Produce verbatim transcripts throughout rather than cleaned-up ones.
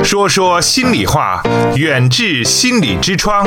说说心里话，远至心理之窗。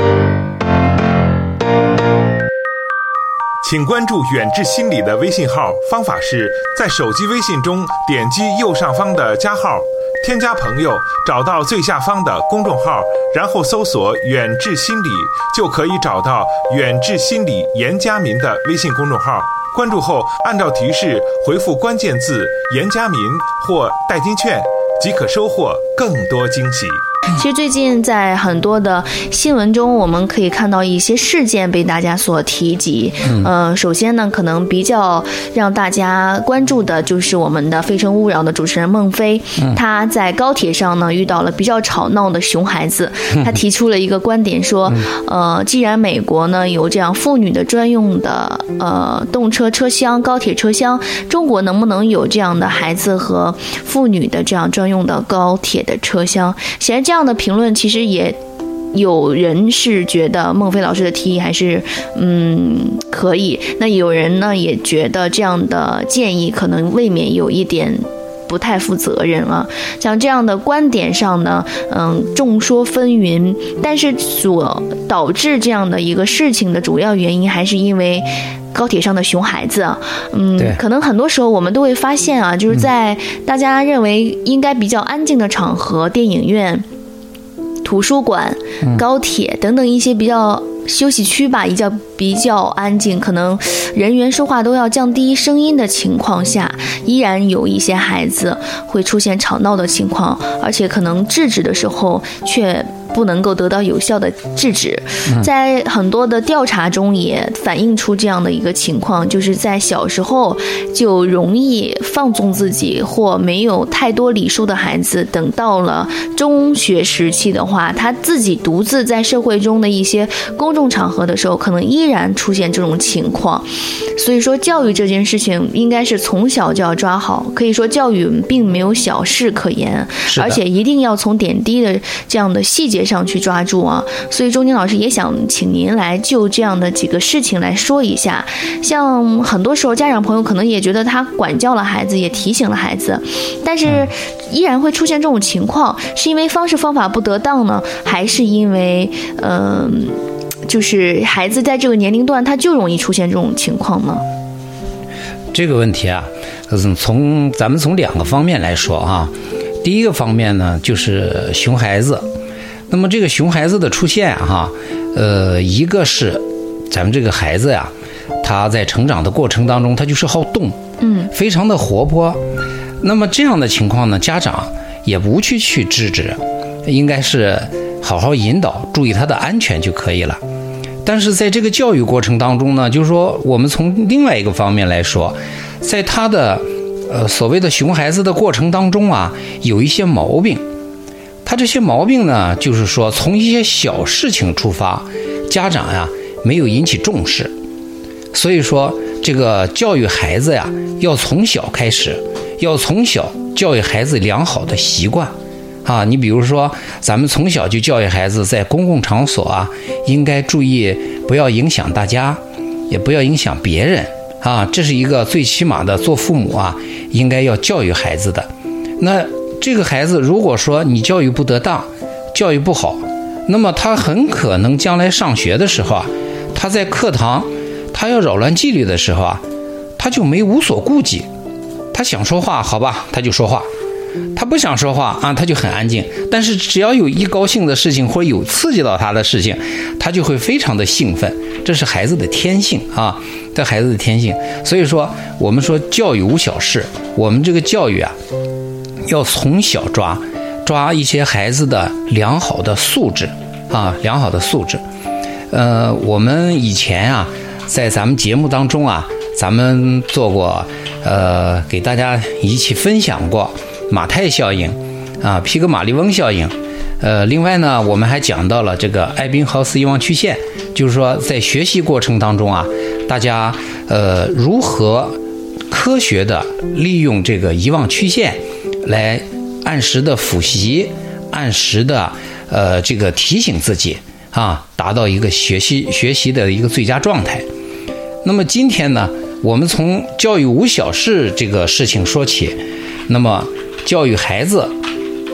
请关注远志心理的微信号，方法是在手机微信中点击右上方的加号，添加朋友，找到最下方的公众号，然后搜索远志心理，就可以找到远志心理严家民的微信公众号。关注后按照提示回复关键字严家民或代金券，即可收获更多惊喜。 其实最近在很多的新闻中，我们可以看到一些事件被大家所提及。嗯、呃，首先呢，可能比较让大家关注的就是我们的《非诚勿扰》的主持人孟非，嗯、他在高铁上呢遇到了比较吵闹的熊孩子，他提出了一个观点说，呃，既然美国呢有这样妇女的专用的呃动车车厢、高铁车厢，中国能不能有这样的孩子和妇女的这样专用的高铁的车厢？显然这样。这样的评论其实也有人是觉得孟非老师的提议还是嗯可以，那有人呢也觉得这样的建议可能未免有一点不太负责任了。像这样的观点上呢，嗯，众说纷纭，但是所导致这样的一个事情的主要原因还是因为高铁上的熊孩子，嗯，可能很多时候我们都会发现啊，就是在大家认为应该比较安静的场合，电影院、图书馆、高铁等等一些比较休息区吧，比较比较安静，可能人员说话都要降低声音的情况下，依然有一些孩子会出现吵闹的情况，而且可能制止的时候却不能够得到有效的制止。在很多的调查中也反映出这样的一个情况，就是在小时候就容易放纵自己或没有太多礼数的孩子，等到了中学时期的话，他自己独自在社会中的一些公众场合的时候，可能依然出现这种情况。所以说教育这件事情应该是从小就要抓好，可以说教育并没有小事可言，而且一定要从点滴的这样的细节上去抓住啊。所以钟金老师也想请您来就这样的几个事情来说一下。像很多时候家长朋友可能也觉得他管教了孩子，也提醒了孩子，但是依然会出现这种情况，是因为方式方法不得当呢，还是因为嗯、呃就是孩子在这个年龄段他就容易出现这种情况呢？ 这个问题啊，从咱们从两个方面来说啊。第一个方面呢，就是熊孩子。那么这个熊孩子的出现哈、啊，呃，一个是咱们这个孩子呀，他在成长的过程当中，他就是好动，嗯，非常的活泼。那么这样的情况呢，家长也不去去制止，应该是好好引导，注意他的安全就可以了。但是在这个教育过程当中呢，就是说我们从另外一个方面来说，在他的呃所谓的熊孩子的过程当中啊，有一些毛病。他这些毛病呢，就是说从一些小事情出发，家长呀没有引起重视。所以说这个教育孩子呀，要从小开始，要从小教育孩子良好的习惯。啊，你比如说，咱们从小就教育孩子，在公共场所啊，应该注意不要影响大家，也不要影响别人啊，这是一个最起码的，做父母啊，应该要教育孩子的。那这个孩子如果说你教育不得当，教育不好，那么他很可能将来上学的时候啊，他在课堂他要扰乱纪律的时候啊，他就没无所顾忌，他想说话好吧，他就说话。他不想说话啊，他就很安静。但是只要有一高兴的事情或者有刺激到他的事情，他就会非常的兴奋。这是孩子的天性啊，这孩子的天性。所以说，我们说教育无小事，我们这个教育啊，要从小抓，抓一些孩子的良好的素质啊，良好的素质。呃，我们以前啊，在咱们节目当中啊，咱们做过，呃，给大家一起分享过。马太效应啊，皮格马利翁效应，呃，另外呢，我们还讲到了这个艾宾浩斯遗忘曲线，就是说在学习过程当中啊，大家呃如何科学的利用这个遗忘曲线来按时的复习，按时的呃这个提醒自己啊，达到一个学习学习的一个最佳状态。那么今天呢，我们从教育无小事这个事情说起，那么教育孩子，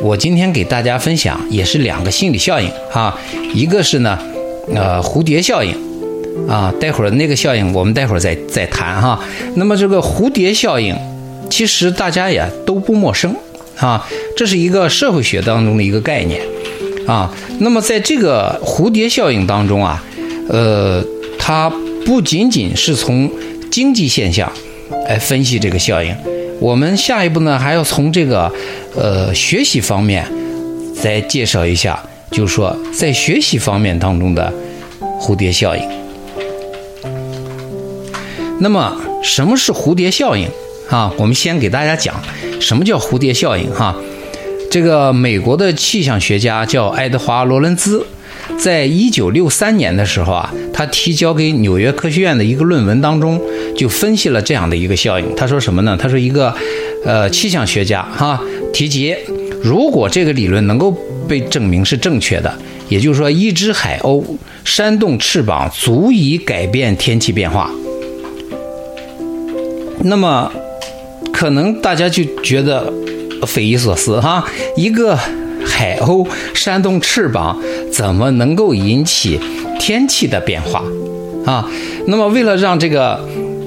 我今天给大家分享也是两个心理效应啊，一个是呢，呃，蝴蝶效应啊，待会儿那个效应我们待会儿再再谈哈。那么这个蝴蝶效应，其实大家也都不陌生啊，这是一个社会学当中的一个概念啊。那么在这个蝴蝶效应当中啊，呃，它不仅仅是从经济现象来分析这个效应，我们下一步呢还要从这个呃学习方面再介绍一下，就是说在学习方面当中的蝴蝶效应。那么什么是蝴蝶效应啊？我们先给大家讲什么叫蝴蝶效应哈。这个美国的气象学家叫爱德华·罗伦兹，在一九六三年的时候啊，他提交给纽约科学院的一个论文当中，就分析了这样的一个效应。他说什么呢？他说一个呃气象学家哈提及，如果这个理论能够被证明是正确的，也就是说一只海鸥扇动翅膀足以改变天气变化，那么可能大家就觉得匪夷所思哈，一个海鸥扇动翅膀怎么能够引起天气的变化啊？那么为了让这个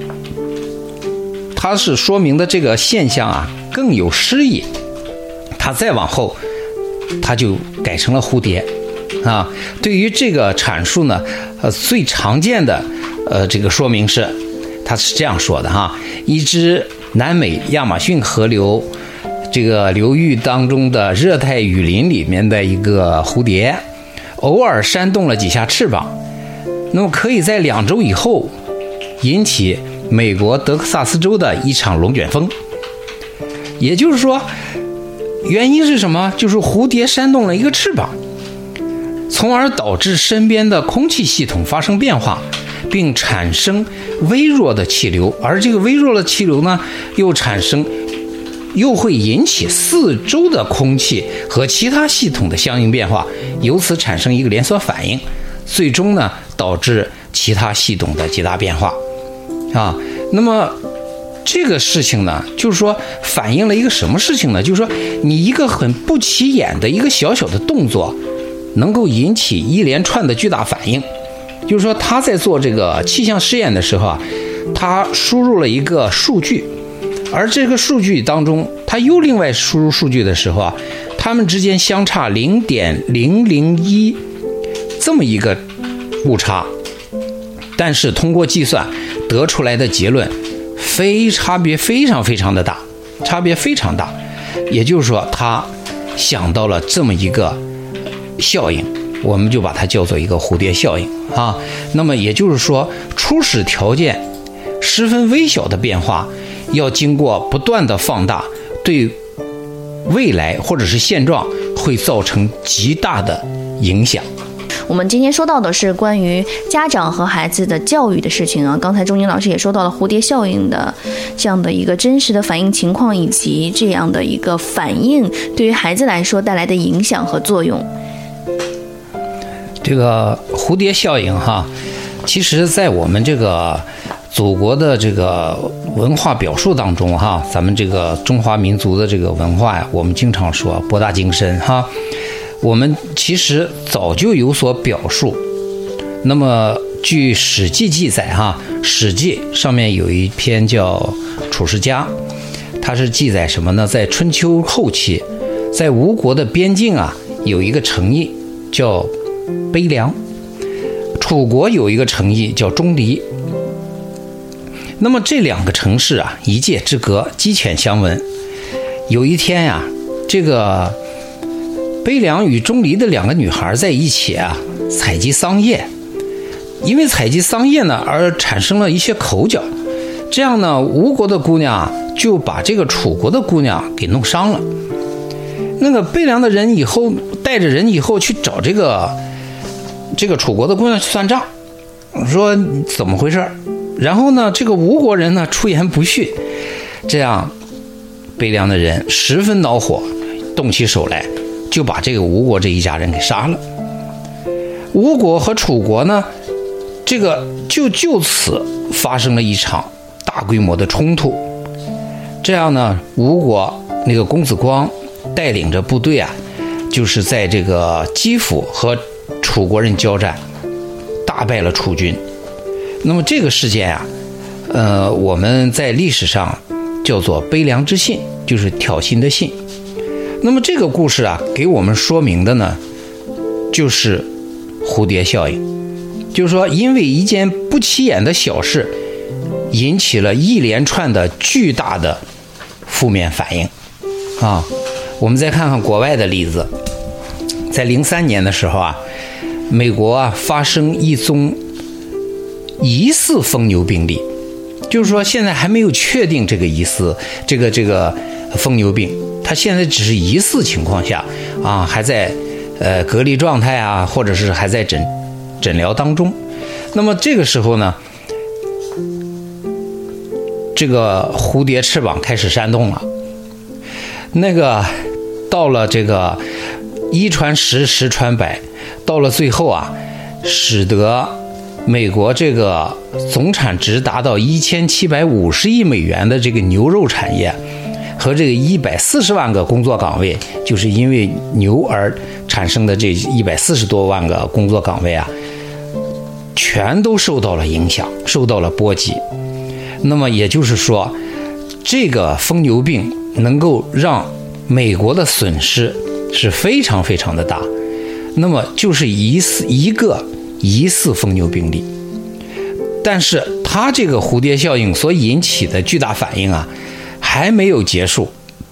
它是说明的这个现象啊更有诗意，它再往后它就改成了蝴蝶啊。对于这个阐述呢，呃，最常见的呃这个说明是，它是这样说的哈：一只南美亚马逊河流这个流域当中的热带雨林里面的一个蝴蝶，偶尔扇动了几下翅膀，那么可以在两周以后引起美国德克萨斯州的一场龙卷风。也就是说，原因是什么？就是蝴蝶扇动了一个翅膀，从而导致身边的空气系统发生变化，并产生微弱的气流，而这个微弱的气流呢，又产生又会引起四周的空气和其他系统的相应变化，由此产生一个连锁反应，最终呢导致其他系统的极大变化啊。那么这个事情呢，就是说反映了一个什么事情呢？就是说你一个很不起眼的一个小小的动作，能够引起一连串的巨大反应。就是说他在做这个气象试验的时候啊，他输入了一个数据，而这个数据当中，他又另外输入数据的时候啊，它们之间相差 零点零零一 这么一个误差，但是通过计算得出来的结论非差别非常非常的大，差别非常大。也就是说他想到了这么一个效应，我们就把它叫做一个蝴蝶效应啊。那么也就是说，初始条件十分微小的变化，要经过不断的放大，对未来或者是现状会造成极大的影响。 我们今天说到的是关于家长和孩子的教育的事情啊。刚才钟宁老师也说到了蝴蝶效应的这样的一个真实的反应情况，以及这样的一个反应对于孩子来说带来的影响和作用。 这个蝴蝶效应哈，其实在我们这个祖国的这个文化表述当中哈，咱们这个中华民族的这个文化呀，我们经常说博大精深哈。我们其实早就有所表述。那么据《史记》记载哈，《史记》上面有一篇叫《楚世家》，它是记载什么呢？在春秋后期，在吴国的边境啊，有一个城邑叫卑凉，楚国有一个城邑叫钟离。那么这两个城市啊，一界之隔，鸡犬相闻。有一天呀、啊，这个卑凉与钟离的两个女孩在一起啊，采集桑叶。因为采集桑叶呢，而产生了一些口角。这样呢，吴国的姑娘就把这个楚国的姑娘给弄伤了。那个卑凉的人以后带着人以后去找这个这个楚国的姑娘去算账，说怎么回事。然后呢，这个吴国人呢出言不逊，这样卑凉的人十分恼火，动起手来就把这个吴国这一家人给杀了。吴国和楚国呢，这个就就此发生了一场大规模的冲突。这样呢，吴国那个公子光带领着部队啊，就是在这个基辅和楚国人交战，大败了楚军。那么这个事件啊，呃，我们在历史上叫做悲凉之信，就是挑衅的信。那么这个故事啊，给我们说明的呢，就是蝴蝶效应，就是说，因为一件不起眼的小事，引起了一连串的巨大的负面反应啊。我们再看看国外的例子，在零三年的时候啊，美国啊发生一宗疑似疯牛病例，就是说现在还没有确定这个疑似这个这个疯牛病，它现在只是疑似情况下啊，还在呃隔离状态啊，或者是还在诊诊疗当中。那么这个时候呢，这个蝴蝶翅膀开始扇动了，那个到了这个一传十，十传百，到了最后啊，使得美国这个总产值达到一千七百五十亿美元的这个牛肉产业和这个一百四十万个工作岗位，就是因为牛而产生的这一百四十多万个工作岗位啊，全都受到了影响，受到了波及。那么也就是说，这个疯牛病能够让美国的损失是非常非常的大。那么就是疑似一个疑似疯牛病例，但是它这个蝴蝶效应所引起的巨大反应啊，还没有结束，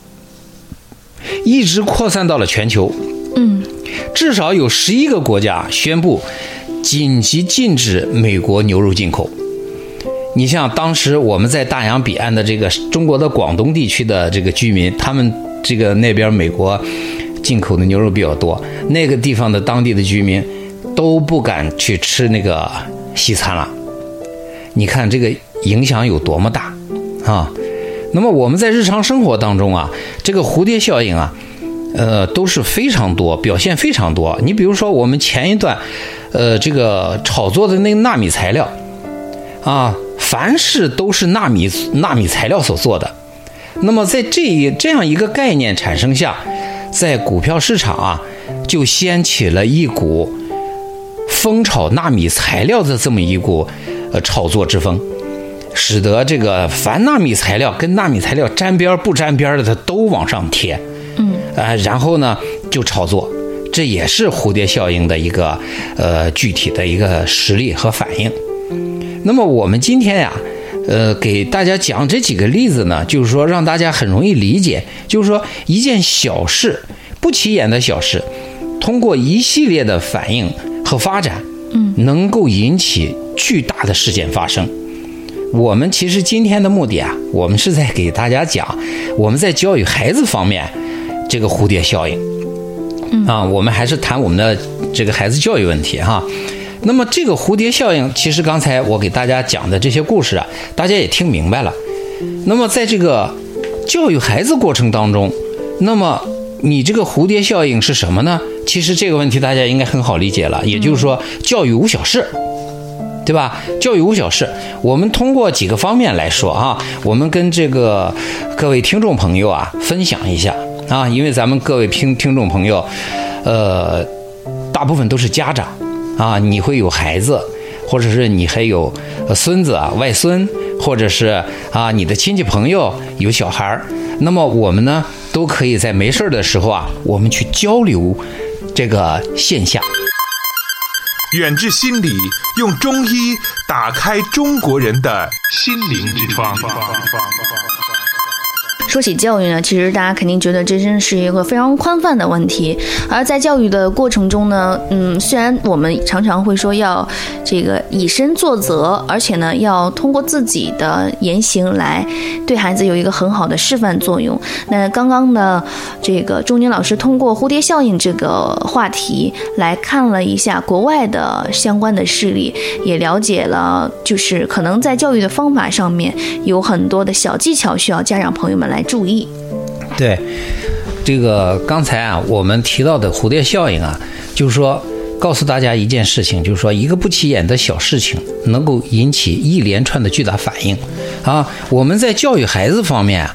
一直扩散到了全球。 嗯， 至少有十一个国家宣布紧急禁止美国牛肉进口。你像当时我们在大洋彼岸的这个中国的广东地区的这个居民，他们这个那边美国进口的牛肉比较多，那个地方的当地的居民都不敢去吃那个西餐了。你看这个影响有多么大啊！那么我们在日常生活当中啊，这个蝴蝶效应啊，呃，都是非常多，表现非常多。你比如说我们前一段，呃，这个炒作的那个纳米材料啊，凡是都是纳米纳米材料所做的。那么在这一这样一个概念产生下，在股票市场啊，就掀起了一股疯炒纳米材料的这么一股呃炒作之风，使得这个凡纳米材料跟纳米材料沾边不沾边的，它都往上贴， 嗯， 呃，然后呢就炒作，这也是蝴蝶效应的一个呃具体的一个实例和反应。那么我们今天呀，呃，给大家讲这几个例子呢，就是说让大家很容易理解，就是说一件小事，不起眼的小事，通过一系列的反应和发展， 嗯， 能够引起巨大的事件发生。我们其实今天的目的啊，我们是在给大家讲，我们在教育孩子方面这个蝴蝶效应， 嗯啊，我们还是谈我们的这个孩子教育问题哈。那么这个蝴蝶效应，其实刚才我给大家讲的这些故事啊，大家也听明白了。那么在这个教育孩子过程当中，那么你这个蝴蝶效应是什么呢？其实这个问题大家应该很好理解了，也就是说教育无小事，对吧？教育无小事，我们通过几个方面来说啊，我们跟这个各位听众朋友啊分享一下啊，因为咱们各位听听众朋友，呃，大部分都是家长啊，你会有孩子，或者是你还有孙子啊、外孙，或者是啊你的亲戚朋友有小孩，那么我们呢都可以在没事的时候啊，我们去交流这个现象。 远志心理用中医打开中国人的心灵之窗。 说起教育呢，其实大家肯定觉得这真是一个非常宽泛的问题。而在教育的过程中呢，嗯，虽然我们常常会说要这个以身作则，而且呢要通过自己的言行来对孩子有一个很好的示范作用。那刚刚呢，这个钟宁老师通过蝴蝶效应这个话题来看了一下国外的相关的事例，也了解了就是可能在教育的方法上面有很多的小技巧需要家长朋友们来注意。 对，这个刚才啊我们提到的蝴蝶效应啊，就是说告诉大家一件事情，就是说一个不起眼的小事情能够引起一连串的巨大反应啊。我们在教育孩子方面啊，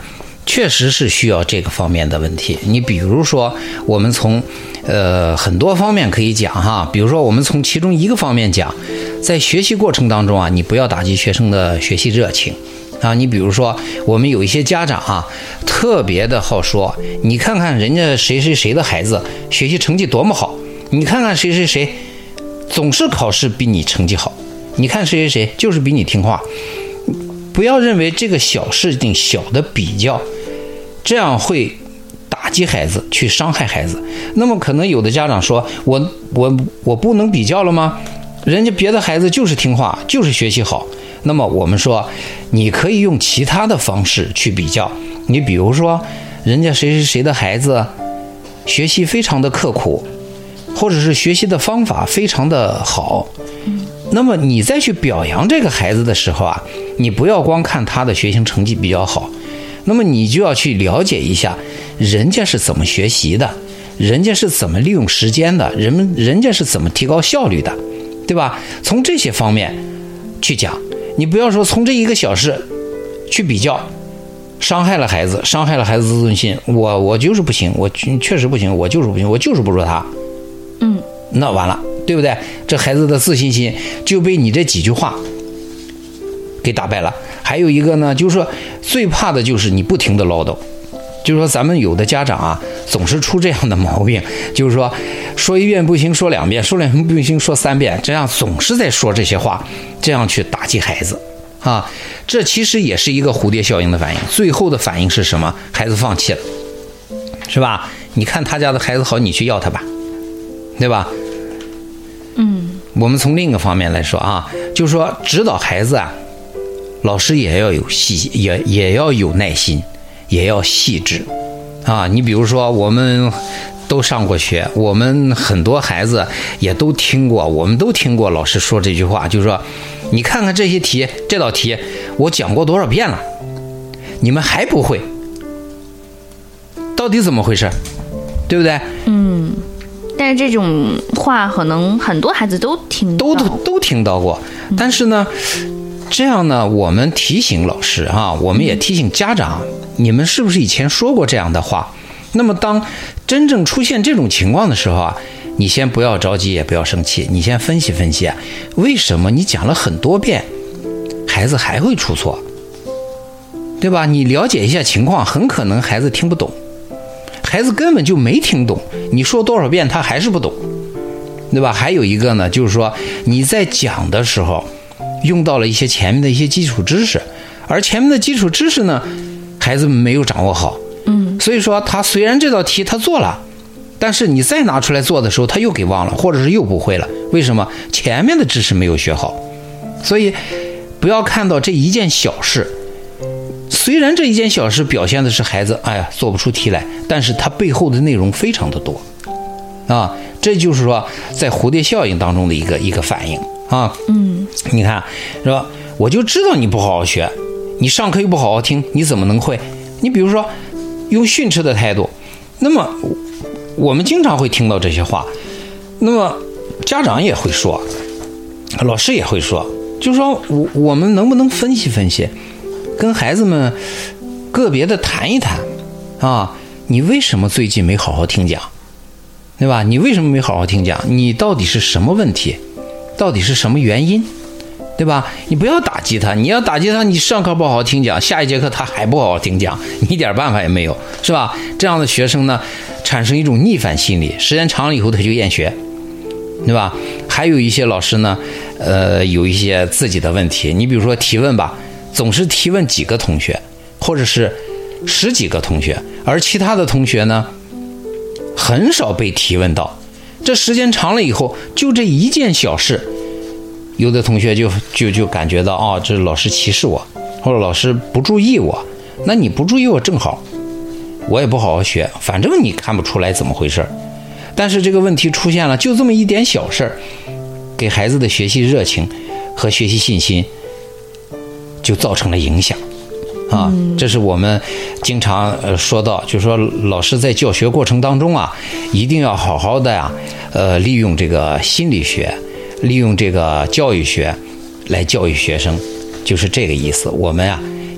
确实是需要这个方面的问题。你比如说，我们从呃很多方面可以讲哈，比如说我们从其中一个方面讲，在学习过程当中啊，你不要打击学生的学习热情啊。你比如说，我们有一些家长啊，特别的好说，你看看人家谁谁谁的孩子学习成绩多么好，你看看谁谁谁总是考试比你成绩好，你看谁谁谁就是比你听话。不要认为这个小事情小的比较，这样会打击孩子，去伤害孩子。那么可能有的家长说，我我我不能比较了吗？人家别的孩子就是听话，就是学习好。那么我们说，你可以用其他的方式去比较。你比如说，人家谁谁谁的孩子学习非常的刻苦，或者是学习的方法非常的好，那么你再去表扬这个孩子的时候啊，你不要光看他的学习成绩比较好，那么你就要去了解一下人家是怎么学习的，人家是怎么利用时间的，人们人家是怎么提高效率的，对吧？从这些方面去讲，你不要说从这一个小事去比较，伤害了孩子，伤害了孩子自尊心。我我就是不行，我确实不行，我就是不行，我就是不如他。 嗯， 那完了，对不对？这孩子的自信心就被你这几句话给打败了。还有一个呢，就是说最怕的就是你不停的唠叨。就是说咱们有的家长啊，总是出这样的毛病，就是说说一遍不行说两遍，说两遍不行说三遍，这样总是在说这些话，这样去打击孩子啊。这其实也是一个蝴蝶效应的反应，最后的反应是什么？孩子放弃了，是吧？你看他家的孩子好，你去要他吧，对吧？ 嗯， 我们从另一个方面来说啊，就是说指导孩子啊，老师也要有细，也也要有耐心，也要细致啊。你比如说，我们都上过学，我们很多孩子也都听过，我们都听过老师说这句话，就是说，你看看这些题，这道题我讲过多少遍了，你们还不会，到底怎么回事？对不对？ 嗯。但是这种话可能很多孩子都听到， 都都都听到过。但是呢，这样呢，我们提醒老师啊，我们也提醒家长，你们是不是以前说过这样的话？那么当真正出现这种情况的时候啊，你先不要着急，也不要生气，你先分析分析啊，为什么你讲了很多遍，孩子还会出错，对吧？你了解一下情况，很可能孩子听不懂。孩子根本就没听懂，你说多少遍他还是不懂，对吧？还有一个呢，就是说你在讲的时候用到了一些前面的一些基础知识，而前面的基础知识呢，孩子们没有掌握好， 嗯， 所以说他虽然这道题他做了，但是你再拿出来做的时候他又给忘了，或者是又不会了。为什么？前面的知识没有学好。所以不要看到这一件小事，虽然这一件小事表现的是孩子哎呀做不出题来，但是它背后的内容非常的多啊。这就是说在蝴蝶效应当中的一个一个反应啊。 嗯， 你看是吧？我就知道你不好好学，你上课又不好好听，你怎么能会？你比如说用训斥的态度，那么我们经常会听到这些话，那么家长也会说，老师也会说，就是说我我们能不能分析分析，跟孩子们个别的谈一谈啊，你为什么最近没好好听讲，对吧？你为什么没好好听讲？你到底是什么问题？到底是什么原因？对吧？你不要打击他，你要打击他，你上课不好好听讲，下一节课他还不好好听讲，你一点办法也没有，是吧？这样的学生呢，产生一种逆反心理，时间长了以后他就厌学，对吧？还有一些老师呢，呃，有一些自己的问题，你比如说提问吧，总是提问几个同学，或者是十几个同学，而其他的同学呢，很少被提问到。这时间长了以后，就这一件小事，有的同学就就就感觉到哦，这老师歧视我，或者老师不注意我。那你不注意我正好，我也不好好学，反正你看不出来怎么回事。但是这个问题出现了，就这么一点小事，给孩子的学习热情和学习信心就造成了影响啊。这是我们经常呃说到，就是说老师在教学过程当中啊，一定要好好的呀，呃，利用这个心理学，利用这个教育学来教育学生，就是这个意思。我们啊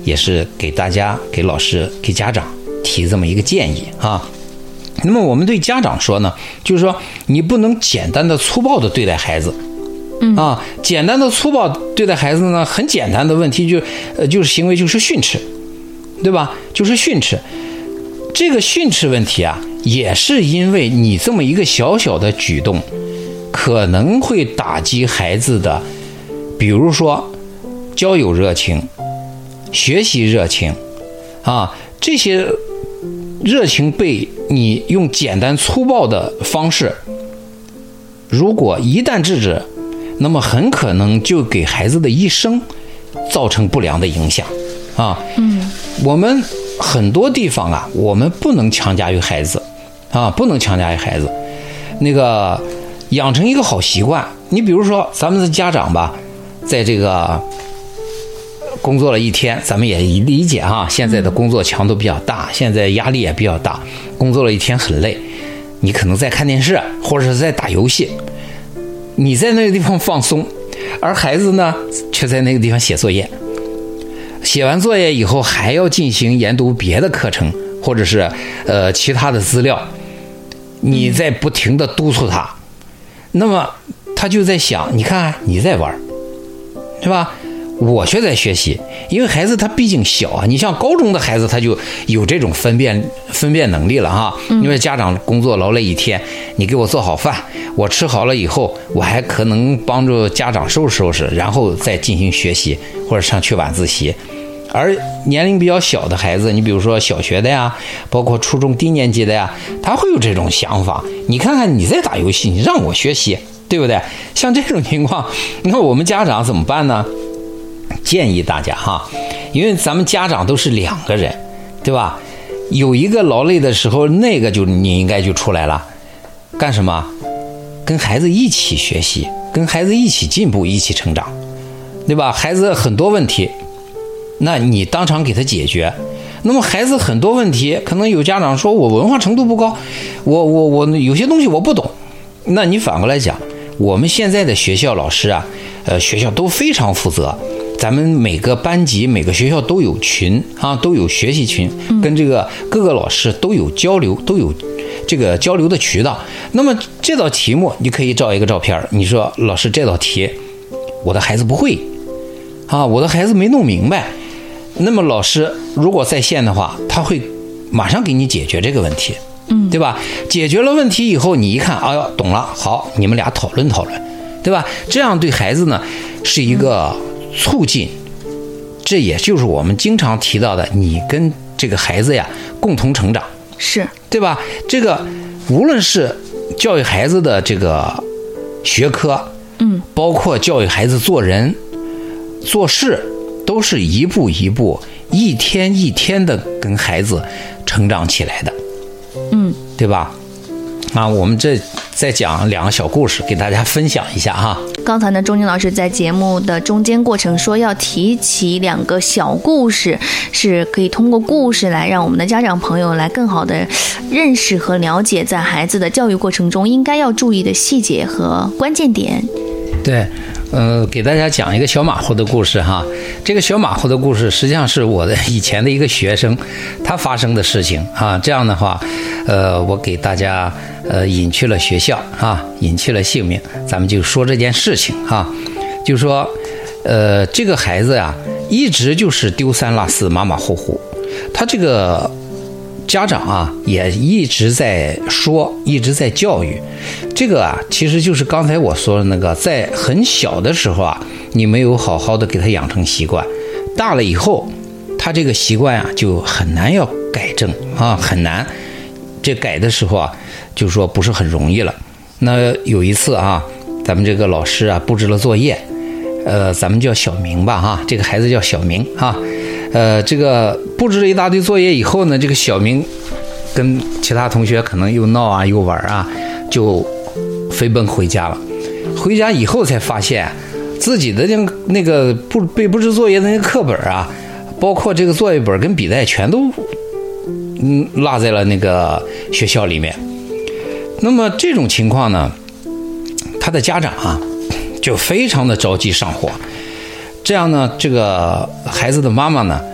也是给大家、给老师、给家长提这么一个建议啊。那么我们对家长说呢，就是说你不能简单的粗暴的对待孩子。 嗯啊，简单的粗暴对待孩子呢，很简单的问题就呃就是行为就是训斥，对吧？就是训斥。这个训斥问题啊，也是因为你这么一个小小的举动，可能会打击孩子的，比如说交友热情、学习热情啊，这些热情被你用简单粗暴的方式，如果一旦制止，那么很可能就给孩子的一生造成不良的影响啊。 嗯， 我们很多地方啊，我们不能强加于孩子啊，不能强加于孩子。那个养成一个好习惯，你比如说咱们的家长吧，在这个工作了一天，咱们也理解哈，现在的工作强度比较大，现在压力也比较大，工作了一天很累，你可能在看电视或者是在打游戏。你在那个地方放松，而孩子呢却在那个地方写作业，写完作业以后还要进行研读别的课程或者是呃其他的资料，你在不停地督促他，那么他就在想，你看你在玩，是吧？我却在学习。因为孩子他毕竟小啊，你像高中的孩子他就有这种分辨分辨能力了哈。因为家长工作劳累一天，你给我做好饭，我吃好了以后，我还可能帮助家长收拾收拾，然后再进行学习或者上去晚自习。而年龄比较小的孩子，你比如说小学的呀，包括初中低年级的呀，他会有这种想法，你看看你在打游戏，你让我学习，对不对？像这种情况，那我们家长怎么办呢？建议大家哈，因为咱们家长都是两个人，对吧？有一个劳累的时候，那个就你应该就出来了，干什么？跟孩子一起学习，跟孩子一起进步，一起成长，对吧？孩子很多问题，那你当场给他解决。那么孩子很多问题，可能有家长说我文化程度不高，我我我有些东西我不懂，那你反过来讲，我们现在的学校老师啊，呃，学校都非常负责。咱们每个班级、每个学校都有群啊，都有学习群，跟这个各个老师都有交流，都有这个交流的渠道。那么这道题目，你可以照一个照片，你说老师这道题，我的孩子不会啊，我的孩子没弄明白。那么老师如果在线的话，他会马上给你解决这个问题，嗯，对吧？解决了问题以后，你一看，哎呦，懂了，好，你们俩讨论讨论，对吧？这样对孩子呢是一个促进，这也就是我们经常提到的，你跟这个孩子呀共同成长， 是对吧？这个无论是教育孩子的这个学科，嗯，包括教育孩子做人做事，都是一步一步、一天一天的跟孩子成长起来的，嗯，对吧？啊，我们这再讲两个小故事给大家分享一下哈。 刚才呢，钟宁老师在节目的中间过程说要提起两个小故事，是可以通过故事来让我们的家长朋友来更好的认识和了解在孩子的教育过程中应该要注意的细节和关键点。 对，呃，给大家讲一个小马虎的故事哈。这个小马虎的故事实际上是我的以前的一个学生他发生的事情啊。这样的话，呃，我给大家呃隐去了学校啊，隐去了姓名，咱们就说这件事情啊。就说，呃，这个孩子呀，一直就是丢三落四、马马虎虎。他这个家长啊，也一直在说，一直在教育。这个啊，其实就是刚才我说的那个，在很小的时候啊，你没有好好的给他养成习惯，大了以后，他这个习惯啊，就很难要改正啊，很难。这改的时候啊，就说不是很容易了。那有一次啊，咱们这个老师啊布置了作业，呃，咱们叫小明吧哈，这个孩子叫小明哈，呃，这个布置了一大堆作业以后呢，这个小明跟其他同学可能又闹啊又玩啊，就飞奔回家了。回家以后才发现，自己的那个那个布被布置作业的那个课本啊，包括这个作业本跟笔袋全都嗯落在了那个学校里面。那么这种情况呢，他的家长啊就非常的着急上火。这样呢，这个孩子的妈妈呢，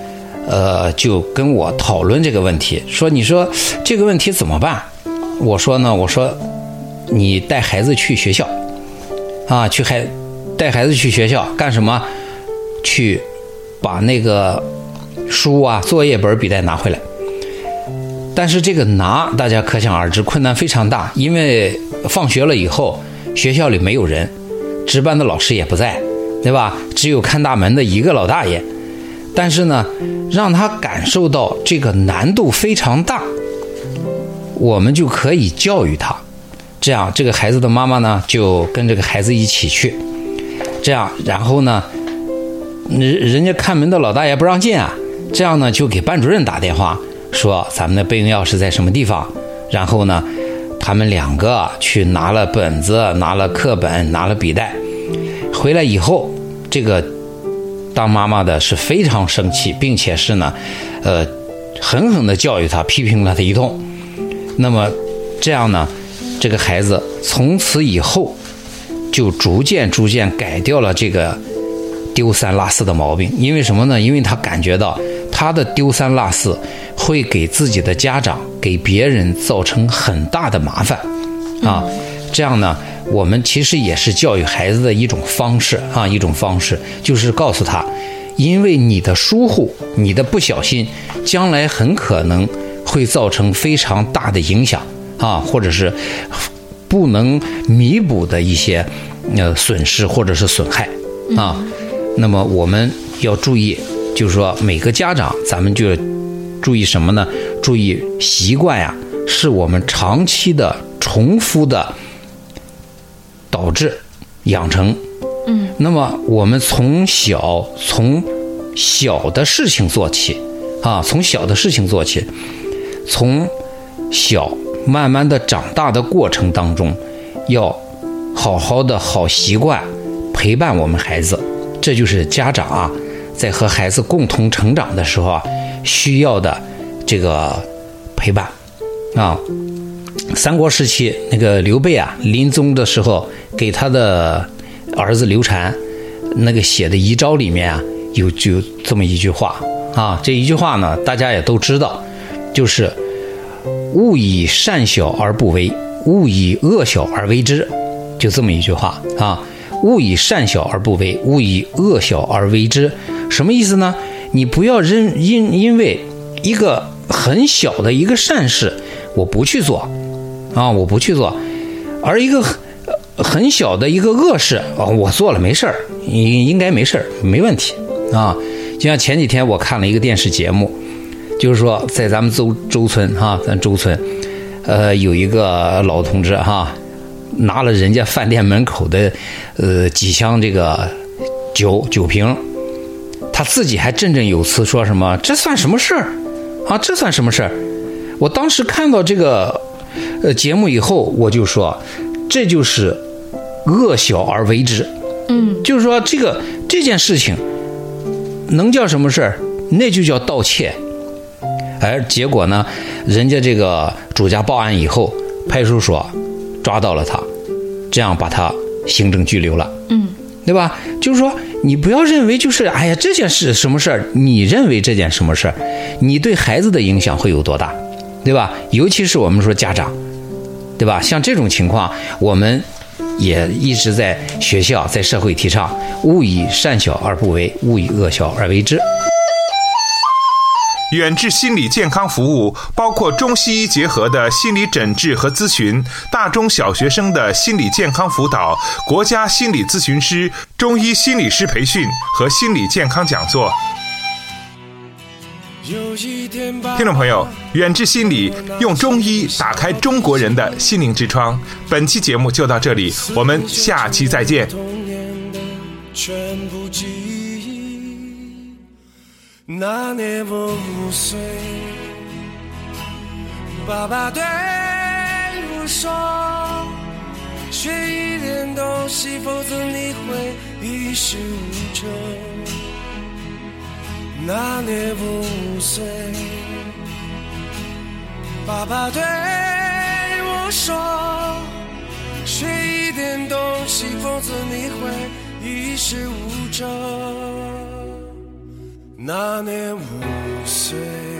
呃，就跟我讨论这个问题，说你说这个问题怎么办？我说呢，我说你带孩子去学校啊，去孩带孩子去学校干什么？去把那个书啊、作业本、笔袋拿回来。但是这个拿，大家可想而知，困难非常大，因为放学了以后，学校里没有人，值班的老师也不在，对吧？只有看大门的一个老大爷。但是呢，让他感受到这个难度非常大，我们就可以教育他。这样，这个孩子的妈妈呢，就跟这个孩子一起去。这样，然后呢，人人家看门的老大爷不让进啊，这样呢，就给班主任打电话说咱们的备用钥匙在什么地方。然后呢，他们两个去拿了本子，拿了课本，拿了笔袋，回来以后，这个当妈妈的是非常生气，并且是呢，呃，狠狠地教育他，批评了他一通。那么这样呢，这个孩子从此以后就逐渐逐渐改掉了这个丢三落四的毛病。因为什么呢？因为他感觉到他的丢三落四会给自己的家长、给别人造成很大的麻烦啊。这样呢，我们其实也是教育孩子的一种方式啊，一种方式就是告诉他，因为你的疏忽、你的不小心，将来很可能会造成非常大的影响啊，或者是不能弥补的一些呃损失或者是损害啊。那么我们要注意，就是说每个家长，咱们就注意什么呢？注意习惯呀，是我们长期的重复的导致养成。嗯，那么我们从小从小的事情做起啊，从小的事情做起，从小慢慢的长大的过程当中，要好好的好习惯陪伴我们孩子。这就是家长啊，在和孩子共同成长的时候啊，需要的这个陪伴啊。三国时期那个刘备啊，临终的时候给他的儿子刘禅那个写的遗诏里面啊，有就这么一句话啊。这一句话呢，大家也都知道，就是勿以善小而不为，勿以恶小而为之，就这么一句话啊。勿以善小而不为，勿以恶小而为之。什么意思呢？你不要因因因为一个很小的一个善事，我不去做啊，我不去做，而一个很小的一个恶事啊，我做了没事儿，应应该没事儿，没问题啊。就像前几天我看了一个电视节目，就是说在咱们周周村哈，咱周村，呃，有一个老同志哈，拿了人家饭店门口的呃几箱这个酒酒瓶，他自己还振振有词说什么这算什么事儿啊，这算什么事儿。我当时看到这个呃节目以后，我就说这就是恶小而为之。嗯，就是说这个这件事情能叫什么事儿？那就叫盗窃。而结果呢，人家这个主家报案以后，派出所抓到了他，这样把他行政拘留了。嗯，对吧？就是说你不要认为就是哎呀这件事什么事儿，你认为这件什么事儿，你对孩子的影响会有多大，对吧？尤其是我们说家长，对吧？像这种情况，我们也一直在学校在社会提倡勿以善小而不为，勿以恶小而为之。 远志心理健康服务包括中西医结合的心理诊治和咨询，大中小学生的心理健康辅导，国家心理咨询师、中医心理师培训和心理健康讲座。听众朋友，远志心理用中医打开中国人的心灵之窗。本期节目就到这里，我们下期再见。 那年我五岁，爸爸对我说，学一点东西，否则你会一事无成。那年我五岁，爸爸对我说，学一点东西，否则你会一事无成。 那年五岁。